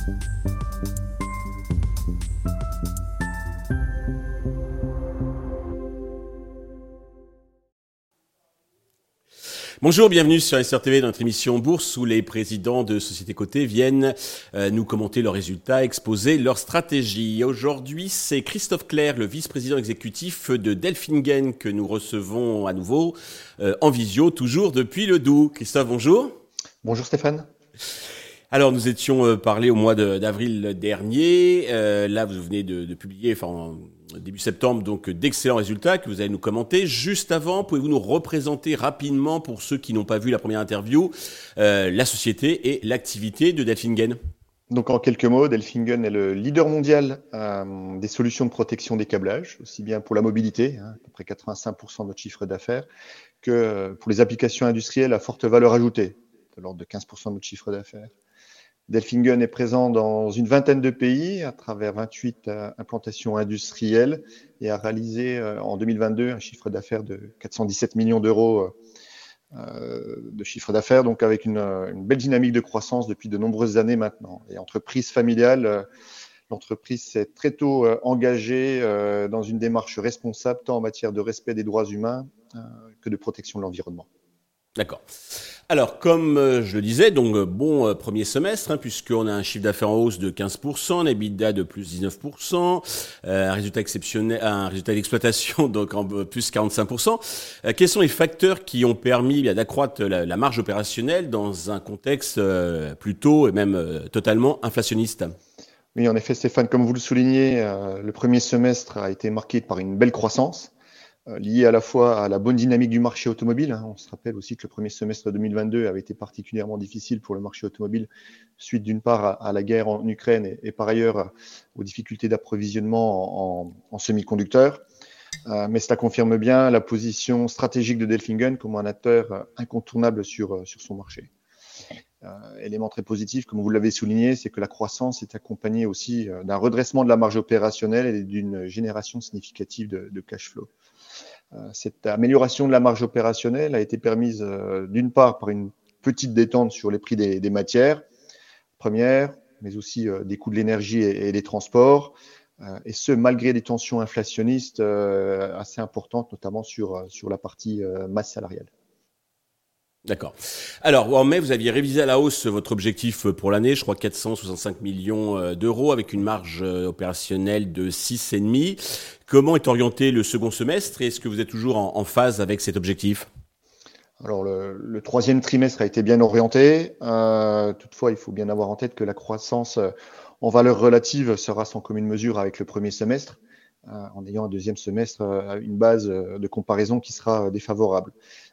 Bonjour, bienvenue sur SRTV dans notre émission Bourse où les présidents de sociétés cotées viennent nous commenter leurs résultats, exposer leurs stratégies. Aujourd'hui, c'est Christophe Clerc, le vice-président exécutif de Delfingen que nous recevons à nouveau en visio, toujours depuis le Doubs. Christophe, bonjour. Bonjour Stéphane. Alors, nous étions parlé au mois d'avril dernier. Là, vous venez de publier, en début septembre, donc d'excellents résultats que vous allez nous commenter. Juste avant, pouvez-vous nous représenter rapidement, pour ceux qui n'ont pas vu la première interview, la société et l'activité de Delfingen? Donc en quelques mots, Delfingen est le leader mondial des solutions de protection des câblages, aussi bien pour la mobilité, à peu près 85% de notre chiffre d'affaires, que pour les applications industrielles à forte valeur ajoutée, de l'ordre de 15% de notre chiffre d'affaires. Delfingen est présent dans une vingtaine de pays à travers 28 implantations industrielles et a réalisé en 2022 un chiffre d'affaires de 417 millions d'euros de chiffre d'affaires, donc avec une belle dynamique de croissance depuis de nombreuses années maintenant. Et entreprise familiale, l'entreprise s'est très tôt engagée dans une démarche responsable tant en matière de respect des droits humains que de protection de l'environnement. D'accord. Alors, comme je le disais, donc bon premier semestre, puisqu'on a un chiffre d'affaires en hausse de 15%, un EBITDA de plus 19%, un résultat exceptionnel, un résultat d'exploitation donc en plus 45%. Quels sont les facteurs qui ont permis d'accroître la marge opérationnelle dans un contexte plutôt et même totalement inflationniste? Oui, en effet, Stéphane, comme vous le soulignez, le premier semestre a été marqué par une belle croissance. Lié à la fois à la bonne dynamique du marché automobile. On se rappelle aussi que le premier semestre 2022 avait été particulièrement difficile pour le marché automobile, suite d'une part à la guerre en Ukraine et par ailleurs aux difficultés d'approvisionnement en semi-conducteurs. Mais cela confirme bien la position stratégique de Delfingen comme un acteur incontournable sur son marché. Élément très positif, comme vous l'avez souligné, c'est que la croissance est accompagnée aussi d'un redressement de la marge opérationnelle et d'une génération significative de cash flow. Cette amélioration de la marge opérationnelle a été permise d'une part par une petite détente sur les prix des matières premières, mais aussi des coûts de l'énergie et des transports, et ce malgré des tensions inflationnistes assez importantes, notamment sur la partie masse salariale. D'accord. Alors, en mai, vous aviez révisé à la hausse votre objectif pour l'année, je crois 465 millions d'euros, avec une marge opérationnelle de 6,5. Comment est orienté le second semestre et est-ce que vous êtes toujours en phase avec cet objectif? Alors, le troisième trimestre a été bien orienté. Toutefois, il faut bien avoir en tête que la croissance en valeur relative sera sans commune mesure avec le premier semestre, en ayant un deuxième semestre une base de comparaison qui sera défavorable.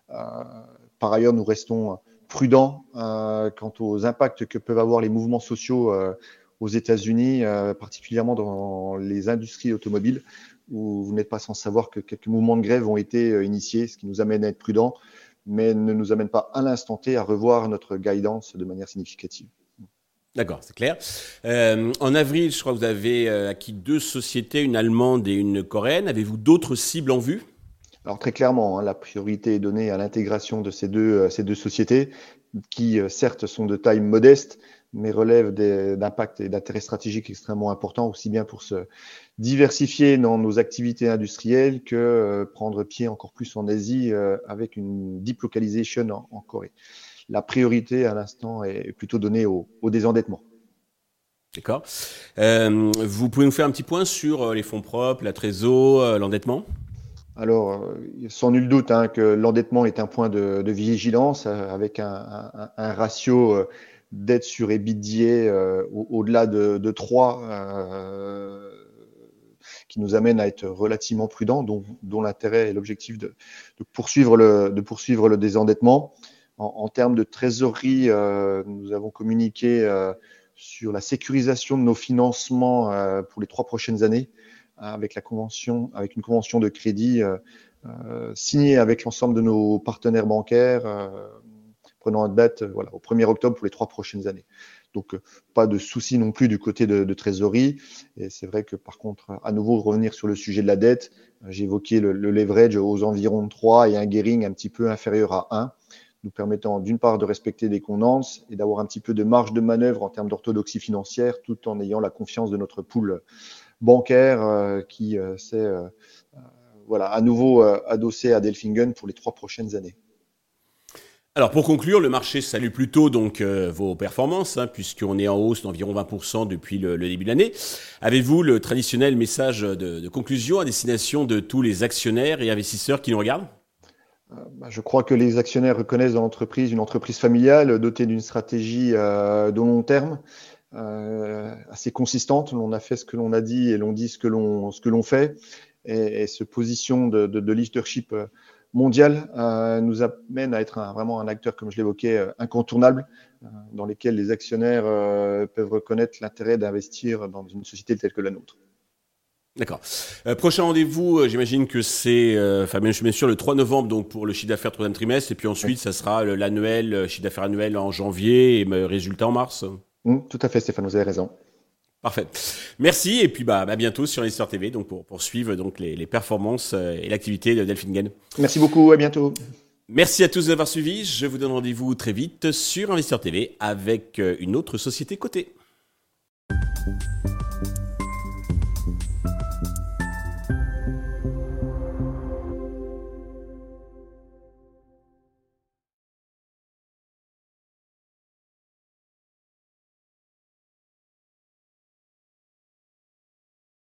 Par ailleurs, nous restons prudents quant aux impacts que peuvent avoir les mouvements sociaux aux États-Unis, particulièrement dans les industries automobiles, où vous n'êtes pas sans savoir que quelques mouvements de grève ont été initiés, ce qui nous amène à être prudents, mais ne nous amène pas à l'instant T à revoir notre guidance de manière significative. D'accord, c'est clair. En avril, je crois que vous avez acquis 2 sociétés, une allemande et une coréenne. Avez-vous d'autres cibles en vue? Alors très clairement, la priorité est donnée à l'intégration de ces deux sociétés qui, certes, sont de taille modeste, mais relèvent d'impact et d'intérêt stratégique extrêmement importants, aussi bien pour se diversifier dans nos activités industrielles que prendre pied encore plus en Asie avec une deep localization en Corée. La priorité à l'instant est plutôt donnée au désendettement. D'accord. Vous pouvez nous faire un petit point sur les fonds propres, la trésor, l'endettement? Alors, sans nul doute que l'endettement est un point de vigilance avec un ratio dette sur EBITDA au-delà de 3 qui nous amène à être relativement prudent, dont l'intérêt et l'objectif de poursuivre le désendettement. En termes de trésorerie, nous avons communiqué sur la sécurisation de nos financements pour les 3 prochaines années, avec une convention de crédit signée avec l'ensemble de nos partenaires bancaires, prenant date au 1er octobre pour les 3 prochaines années. Donc, pas de souci non plus du côté de trésorerie. Et c'est vrai que par contre, à nouveau, revenir sur le sujet de la dette, j'ai évoqué le leverage aux environs de 3 et un gearing un petit peu inférieur à 1. nous permettant d'une part de respecter des convenances et d'avoir un petit peu de marge de manœuvre en termes d'orthodoxie financière, tout en ayant la confiance de notre pool bancaire qui s'est à nouveau adossé à Delfingen pour les 3 prochaines années. Alors pour conclure, le marché salue plutôt donc vos performances, puisqu'on est en hausse d'environ 20% depuis le début de l'année. Avez-vous le traditionnel message de conclusion à destination de tous les actionnaires et investisseurs qui nous regardent ? Je crois que les actionnaires reconnaissent dans l'entreprise une entreprise familiale dotée d'une stratégie de long terme, assez consistante. On a fait ce que l'on a dit et l'on dit ce que l'on fait, et ce position de leadership mondial nous amène à être vraiment un acteur, comme je l'évoquais, incontournable, dans lesquels les actionnaires peuvent reconnaître l'intérêt d'investir dans une société telle que la nôtre. D'accord. Prochain rendez-vous, j'imagine que c'est, bien sûr, le 3 novembre donc pour le chiffre d'affaires troisième trimestre, et puis ensuite, ça sera l'annuel, chiffre d'affaires annuel en janvier et résultat en mars. Tout à fait, Stéphane, vous avez raison. Parfait. Merci, et puis à bientôt sur Investor TV donc pour poursuivre donc les performances et l'activité de Delfingen. Merci beaucoup, à bientôt. Merci à tous d'avoir suivi. Je vous donne rendez-vous très vite sur Investor TV avec une autre société cotée.